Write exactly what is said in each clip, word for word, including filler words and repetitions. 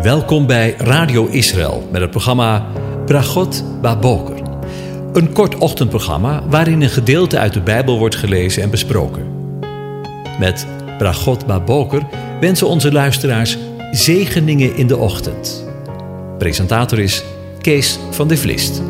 Welkom bij Radio Israël met het programma Bragot Baboker. Een kort ochtendprogramma waarin een gedeelte uit de Bijbel wordt gelezen en besproken. Met Bragot Baboker wensen onze luisteraars zegeningen in de ochtend. Presentator is Kees van de Vlist.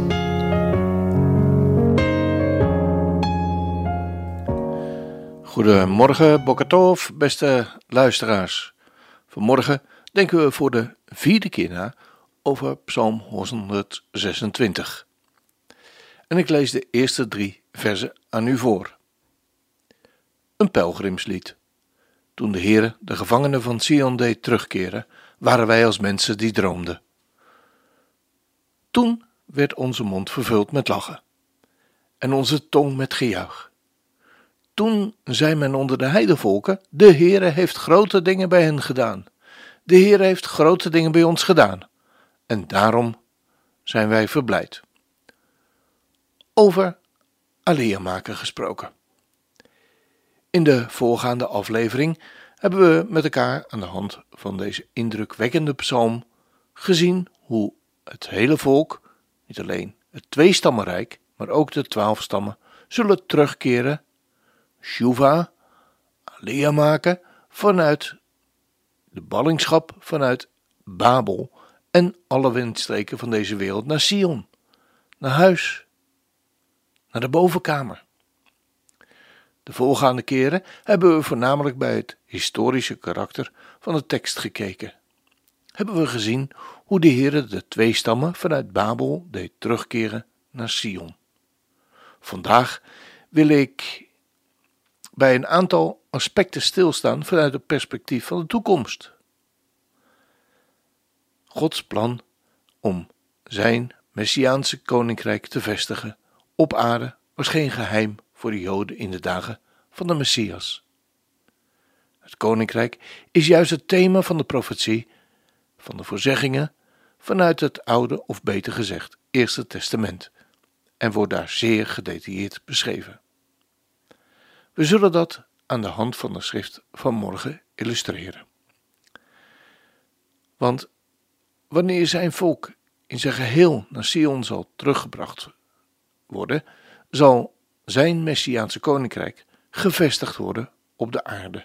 Goedemorgen, Boker Tov, beste luisteraars. Vanmorgen denken we voor de vierde keer na over Psalm honderdzesentwintig. En ik lees de eerste drie verzen aan u voor. Een pelgrimslied. Toen de Heere de gevangenen van Sion deed terugkeren, waren wij als mensen die droomden. Toen werd onze mond vervuld met lachen en onze tong met gejuich. Toen zei men onder de heidevolken: de Heere heeft grote dingen bij hen gedaan. De Heere heeft grote dingen bij ons gedaan. En daarom zijn wij verblijd. Over Aliyah maken gesproken. In de voorgaande aflevering hebben we met elkaar aan de hand van deze indrukwekkende psalm gezien hoe het hele volk, niet alleen het tweestammenrijk, maar ook de twaalf stammen, zullen terugkeren, Shuva, Aliyah maken vanuit de ballingschap, vanuit Babel en alle windstreken van deze wereld naar Sion, naar huis, naar de bovenkamer. De voorgaande keren hebben we voornamelijk bij het historische karakter van de tekst gekeken. Hebben we gezien hoe de Heere de twee stammen vanuit Babel deed terugkeren naar Sion. Vandaag wil ik bij een aantal aspecten stilstaan vanuit het perspectief van de toekomst. Gods plan om zijn Messiaanse koninkrijk te vestigen op aarde was geen geheim voor de Joden in de dagen van de Messias. Het koninkrijk is juist het thema van de profetie, van de voorzeggingen vanuit het Oude, of beter gezegd, Eerste Testament, en wordt daar zeer gedetailleerd beschreven. We zullen dat aan de hand van de schrift van morgen illustreren. Want wanneer zijn volk in zijn geheel naar Sion zal teruggebracht worden, zal zijn Messiaanse koninkrijk gevestigd worden op de aarde.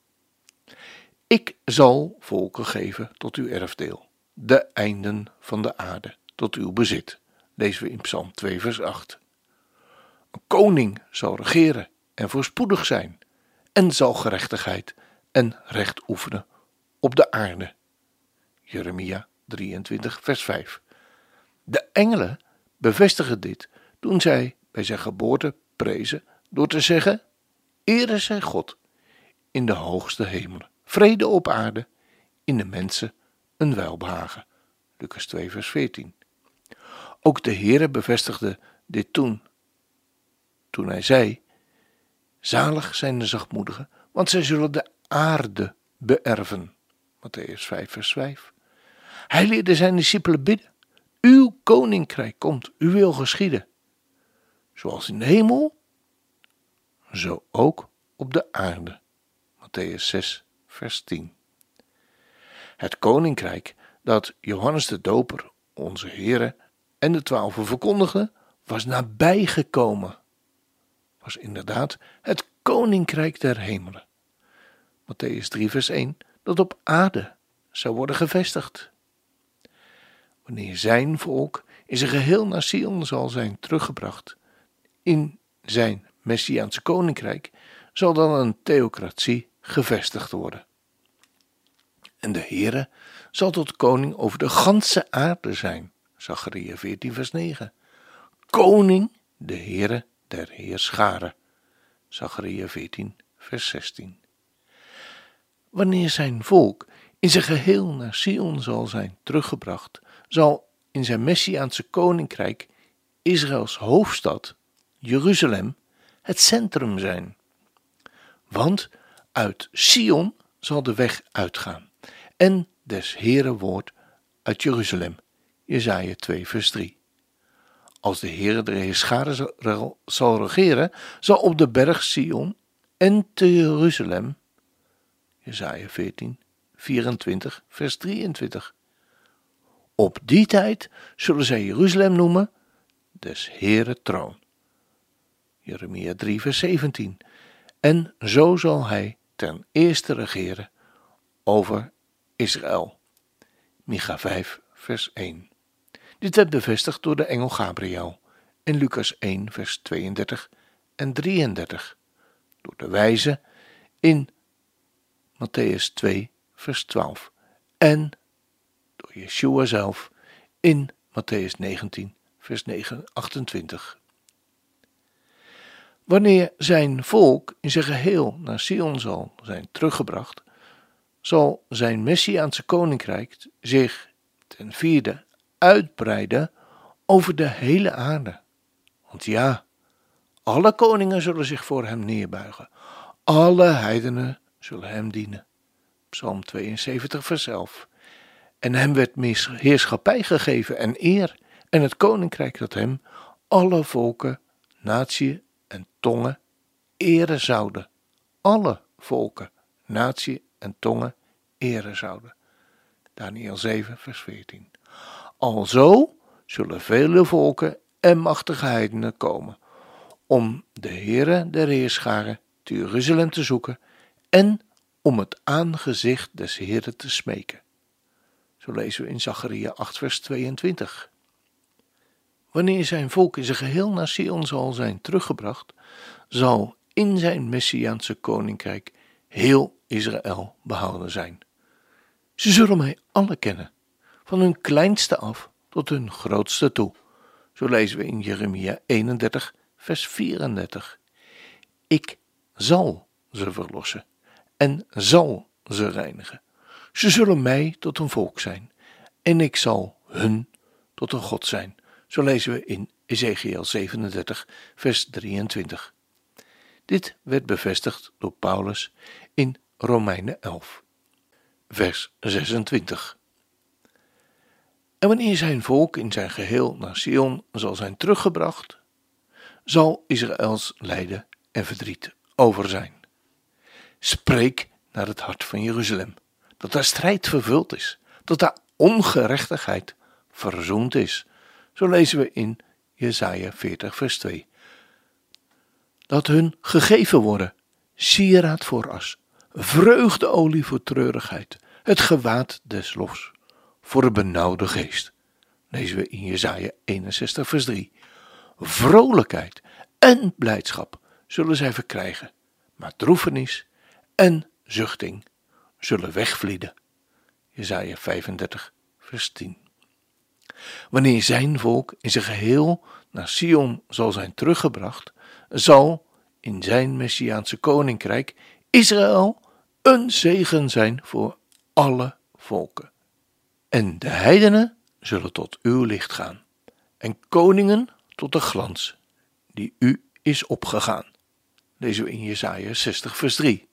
Ik zal volken geven tot uw erfdeel, de einden van de aarde tot uw bezit, lezen we in Psalm twee vers acht. Een koning zal regeren en voorspoedig zijn en zal gerechtigheid en recht oefenen op de aarde. Jeremia drieëntwintig vers vijf. De engelen bevestigen dit toen zij bij zijn geboorte prezen door te zeggen: Ere zij God in de hoogste hemelen, vrede op aarde, in de mensen een welbehagen. Lucas twee vers veertien. Ook de Heere bevestigde dit toen, toen hij zei: Zalig zijn de zachtmoedigen, want zij zullen de aarde beërven. Matthäus vijf vers vijf. Hij leerde zijn discipelen bidden: Uw koninkrijk komt, uw wil geschieden. Zoals in de hemel, zo ook op de aarde. Matthäus zes vers tien. Het koninkrijk dat Johannes de Doper, onze Heere, en de twaalfen verkondigden, was nabijgekomen. Was inderdaad het koninkrijk der hemelen. Matthäus drie vers één, dat op aarde zou worden gevestigd. Wanneer zijn volk in zijn geheel naar Sion zal zijn teruggebracht, in zijn Messiaanse koninkrijk, zal dan een theocratie gevestigd worden. En de Heere zal tot koning over de ganse aarde zijn. Zacharia veertien vers negen. Koning, de Heere der heerscharen. Zacharia veertien vers zestien. Wanneer zijn volk in zijn geheel naar Sion zal zijn teruggebracht, zal in zijn Messiaanse koninkrijk Israëls hoofdstad, Jeruzalem, het centrum zijn. Want uit Sion zal de weg uitgaan en des Heere woord uit Jeruzalem. Jesaja twee vers drie. Als de Heere der heerscharen zal regeren, zal op de berg Sion en te Jeruzalem, Jesaja veertien, vierentwintig vers drieëntwintig, Op die tijd zullen zij Jeruzalem noemen des Heere troon. Jeremia drie vers zeventien. En zo zal hij ten eerste regeren over Israël. Micha vijf vers één. Dit werd bevestigd door de engel Gabriel in Lucas één vers tweeëndertig en drieëndertig. Door de wijze in Matthäus twee vers twaalf. En door Yeshua zelf in Matthäus negentien vers achtentwintig. Wanneer zijn volk in zijn geheel naar Sion zal zijn teruggebracht, zal zijn Messiaanse koninkrijk zich ten vierde uitbreiden over de hele aarde. Want ja, alle koningen zullen zich voor hem neerbuigen. Alle heidenen zullen hem dienen. Psalm tweeënzeventig vers elf. En hem werd heerschappij gegeven en eer en het koninkrijk dat hem alle volken, natie en tongen eren zouden. Alle volken, natie en tongen eren zouden. Daniël zeven vers veertien. Alzo zullen vele volken en machtige heidenen komen om de Heere der Heerscharen te Jeruzalem te zoeken en om het aangezicht des Heeren te smeken. Zo lezen we in Zacharia acht vers tweeëntwintig. Wanneer zijn volk in zijn geheel naar Sion zal zijn teruggebracht, zal in zijn Messiaanse koninkrijk heel Israël behouden zijn. Ze zullen mij alle kennen, van hun kleinste af tot hun grootste toe. Zo lezen we in Jeremia eenendertig vers vierendertig. Ik zal ze verlossen en zal ze reinigen. Ze zullen mij tot een volk zijn en ik zal hun tot een God zijn. Zo lezen we in Ezekiel zevenendertig vers drieëntwintig. Dit werd bevestigd door Paulus in Romeinen elf vers zesentwintig. En wanneer zijn volk in zijn geheel naar Sion zal zijn teruggebracht, zal Israëls lijden en verdriet over zijn. Spreek naar het hart van Jeruzalem, dat daar strijd vervuld is, dat daar ongerechtigheid verzoend is. Zo lezen we in Jesaja veertig vers twee. Dat hun gegeven worden, sieraad voor as, vreugdeolie voor treurigheid, het gewaad des lofs voor de benauwde geest. Lezen we in Jesaja eenenzestig vers drie. Vrolijkheid en blijdschap zullen zij verkrijgen, maar droefenis en zuchting zullen wegvlieden. Jesaja vijfendertig vers tien. Wanneer zijn volk in zijn geheel naar Sion zal zijn teruggebracht, zal in zijn Messiaanse koninkrijk Israël een zegen zijn voor alle volken. En de heidenen zullen tot uw licht gaan, en koningen tot de glans die u is opgegaan. Lezen we in Jesaja zestig vers drie.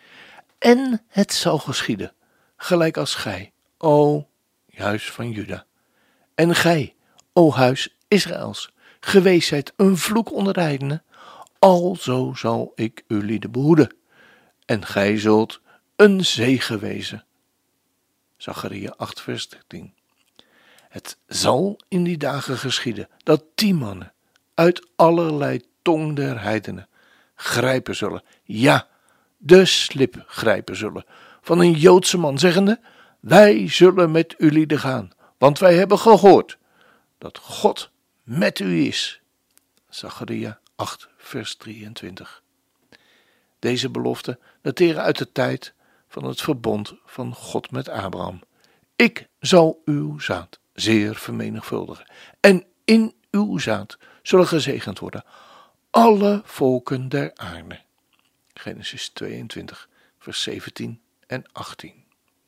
En het zal geschieden, gelijk als gij, o huis van Juda, en gij, o huis Israëls, geweest zijt een vloek onder de heidenen, alzo zal ik uw lieden behoeden, en gij zult een zegen wezen. Zacharia acht vers dertien. Het zal in die dagen geschieden dat die mannen uit allerlei tong der heidenen grijpen zullen, ja, de slip grijpen zullen, van een Joodse man, zeggende, wij zullen met u lieden gaan, want wij hebben gehoord dat God met u is. Zacharia acht vers drieëntwintig. Deze beloften dateren uit de tijd van het verbond van God met Abraham. Ik zal uw zaad zeer vermenigvuldigen, en in uw zaad zullen gezegend worden alle volken der aarde. Genesis tweeëntwintig, vers zeventien en achttien.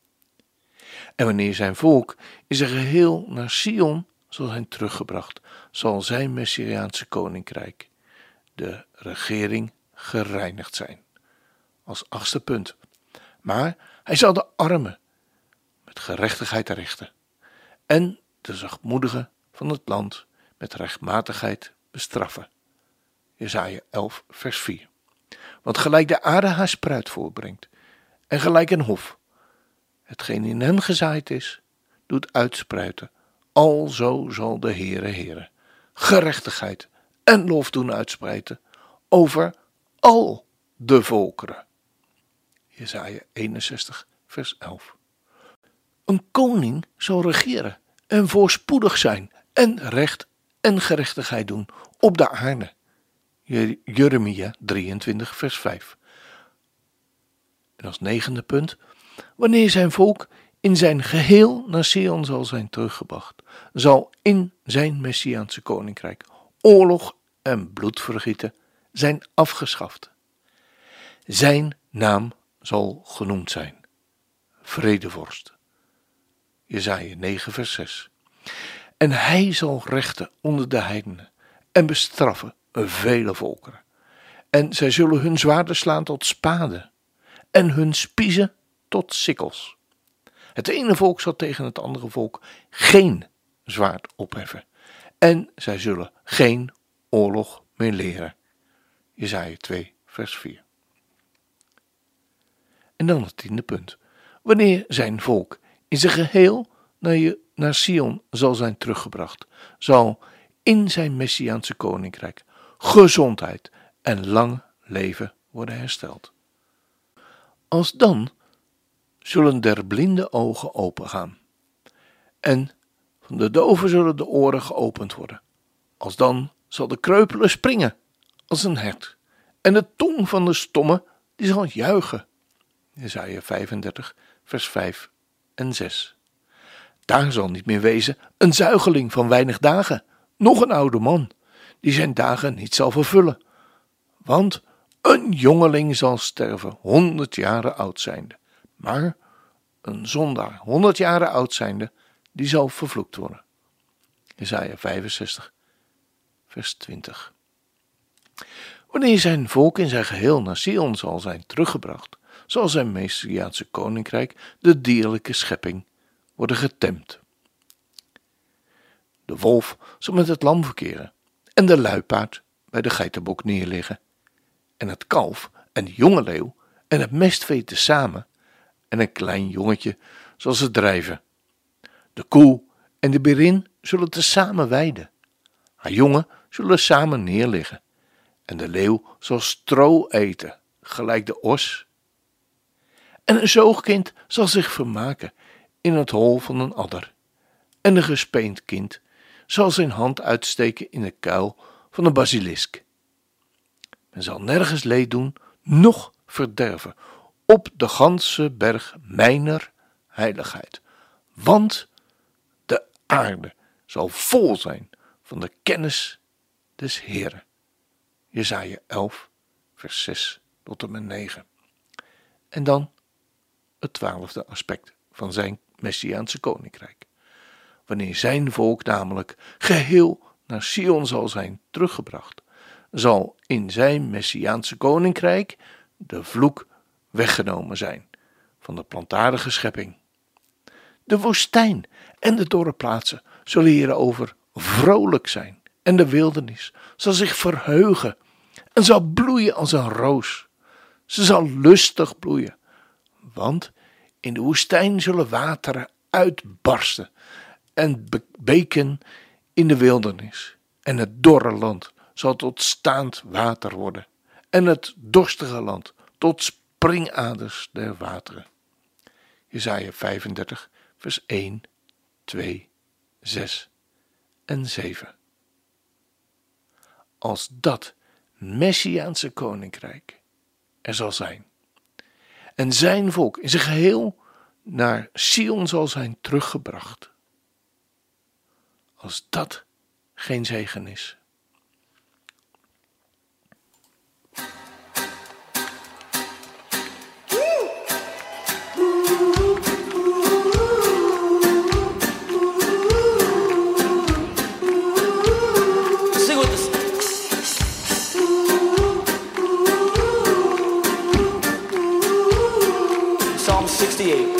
En wanneer zijn volk in zijn geheel naar Sion zal zijn teruggebracht, zal zijn Messiaanse koninkrijk, de regering, gereinigd zijn. Als achtste punt. Maar hij zal de armen met gerechtigheid richten en de zachtmoedigen van het land met rechtmatigheid bestraffen. Jesaja elf vers vier. Want gelijk de aarde haar spruit voortbrengt en gelijk een hof hetgeen in hem gezaaid is, doet uitspruiten alzo zal de Heere Heere gerechtigheid en lof doen uitspreiden over al de volkeren. Jesaja eenenzestig, vers elf. Een koning zal regeren en voorspoedig zijn en recht en gerechtigheid doen op de aarde. Jeremia drieëntwintig, vers vijf. En als negende punt, wanneer zijn volk in zijn geheel naar Sion zal zijn teruggebracht, zal in zijn Messiaanse koninkrijk oorlog en bloedvergieten zijn afgeschaft. Zijn naam zal genoemd zijn, Vredevorst. Jesaja negen, vers zes. En hij zal rechten onder de heidenen en bestraffen vele volkeren. En zij zullen hun zwaarden slaan tot spaden en hun spiezen tot sikkels. Het ene volk zal tegen het andere volk geen zwaard opheffen. En zij zullen geen oorlog meer leren. Jesaja twee, vers vier. En dan het tiende punt. Wanneer zijn volk in zijn geheel naar, je, naar Sion zal zijn teruggebracht, zal in zijn Messiaanse koninkrijk gezondheid en lang leven worden hersteld. Als dan zullen der blinde ogen opengaan en van de doven zullen de oren geopend worden. Als dan zal de kreupele springen als een hert en de tong van de stomme die zal juichen. Jesaja vijfendertig, vers vijf en zes. Daar zal niet meer wezen een zuigeling van weinig dagen, nog een oude man, die zijn dagen niet zal vervullen. Want een jongeling zal sterven, honderd jaren oud zijnde. Maar een zondaar, honderd jaren oud zijnde, die zal vervloekt worden. Jesaja vijfenzestig, vers twintig. Wanneer zijn volk in zijn geheel naar Sion zal zijn teruggebracht, zal zijn Messiaanse koninkrijk, de dierlijke schepping, worden getemd. De wolf zal met het lam verkeren en de luipaard bij de geitenbok neerliggen. En het kalf en de jonge leeuw en het mestvee tezamen en een klein jongetje zal ze drijven. De koe en de berin zullen tezamen weiden. Haar jongen zullen samen neerliggen. En de leeuw zal stro eten, gelijk de os. En een zoogkind zal zich vermaken in het hol van een adder. En een gespeend kind zal zijn hand uitsteken in de kuil van een basilisk. Men zal nergens leed doen, noch verderven, op de ganse berg mijner heiligheid. Want de aarde zal vol zijn van de kennis des Heeren. Jesaja elf, vers zes tot en met negen. En dan het twaalfde aspect van zijn Messiaanse koninkrijk. Wanneer zijn volk namelijk geheel naar Sion zal zijn teruggebracht, zal in zijn Messiaanse koninkrijk de vloek weggenomen zijn van de plantaardige schepping. De woestijn en de dorre plaatsen zullen hierover vrolijk zijn en de wildernis zal zich verheugen en zal bloeien als een roos. Ze zal lustig bloeien, want in de woestijn zullen wateren uitbarsten en beken in de wildernis. En het dorre land zal tot staand water worden en het dorstige land tot springaders der wateren. Jesaja vijfendertig, vers één, twee, zes en zeven. Als dat Messiaanse koninkrijk er zal zijn en zijn volk in zijn geheel naar Sion zal zijn teruggebracht, als dat geen zegen is. Psalm sixty-eight.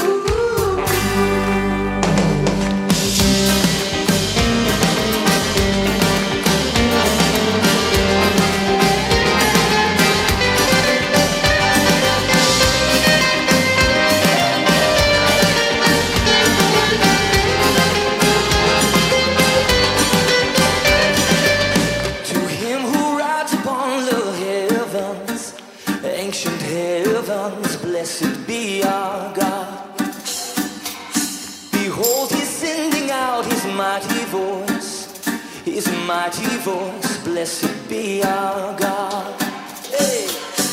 blessed be our God. Behold, he's sending out his mighty voice, his mighty voice, blessed be our God. Hey!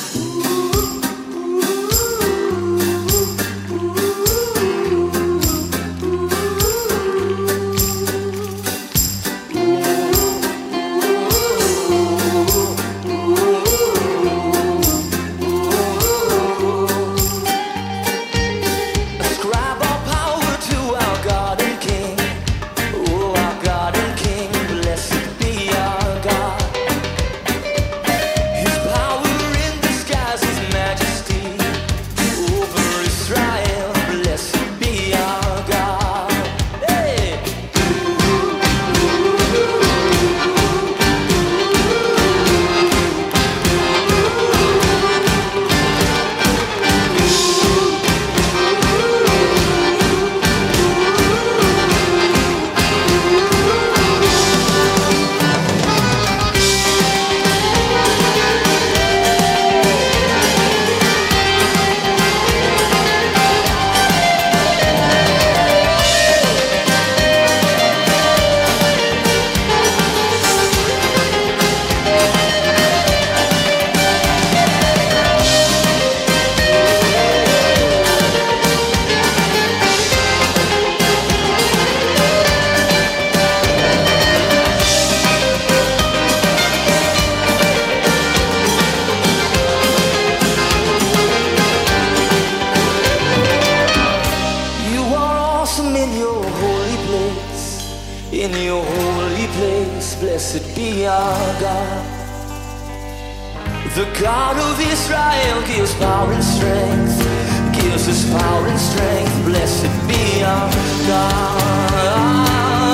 In your holy place, blessed be our God. The God of Israel gives power and strength, gives us power and strength, blessed be our God.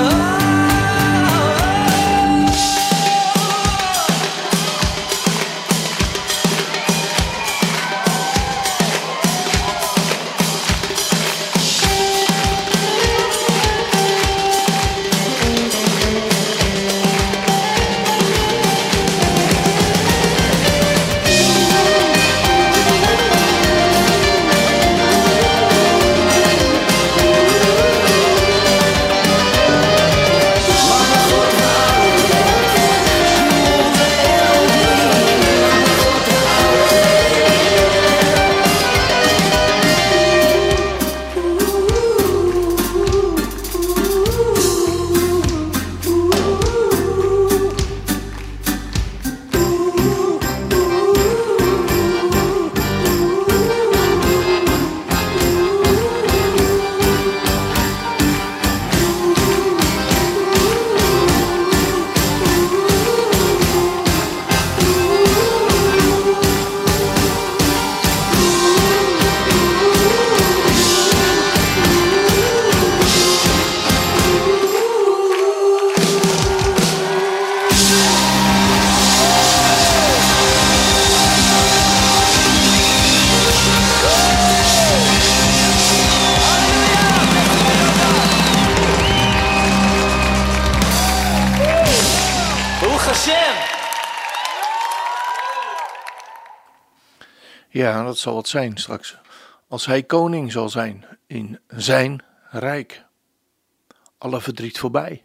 Ja, dat zal het zijn straks, als hij koning zal zijn in zijn rijk. Alle verdriet voorbij.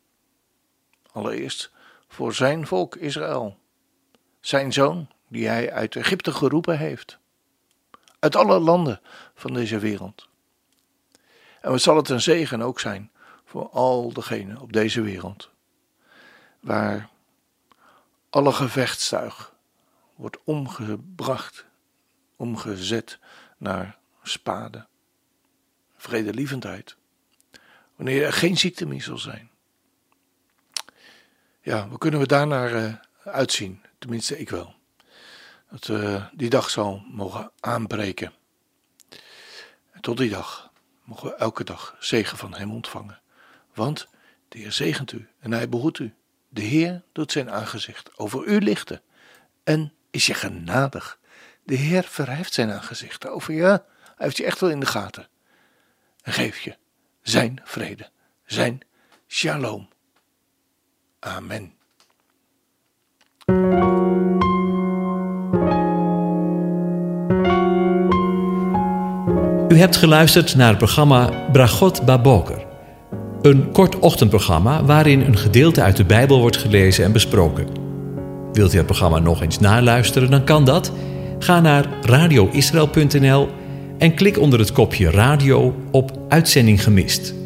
Allereerst voor zijn volk Israël. Zijn zoon, die hij uit Egypte geroepen heeft. Uit alle landen van deze wereld. En wat zal het een zegen ook zijn voor al degenen op deze wereld. Waar alle gevechtstuig wordt omgebracht, omgezet naar spade. Vredelievendheid. Wanneer er geen ziekte meer zal zijn. Ja, hoe kunnen we daarnaar uh, uitzien? Tenminste, ik wel. Dat uh, die dag zal mogen aanbreken. En tot die dag mogen we elke dag zegen van hem ontvangen. Want de Heer zegent u en hij behoedt u. De Heer doet zijn aangezicht over u lichten en is je genadig. De Heer verheft zijn aangezicht over je. Hij heeft je echt wel in de gaten. En geeft je zijn vrede, zijn shalom. Amen. U hebt geluisterd naar het programma Bragot Baboker. Een kort ochtendprogramma waarin een gedeelte uit de Bijbel wordt gelezen en besproken. Wilt u het programma nog eens naluisteren, dan kan dat. Ga naar radio israël punt n l en klik onder het kopje radio op Uitzending gemist.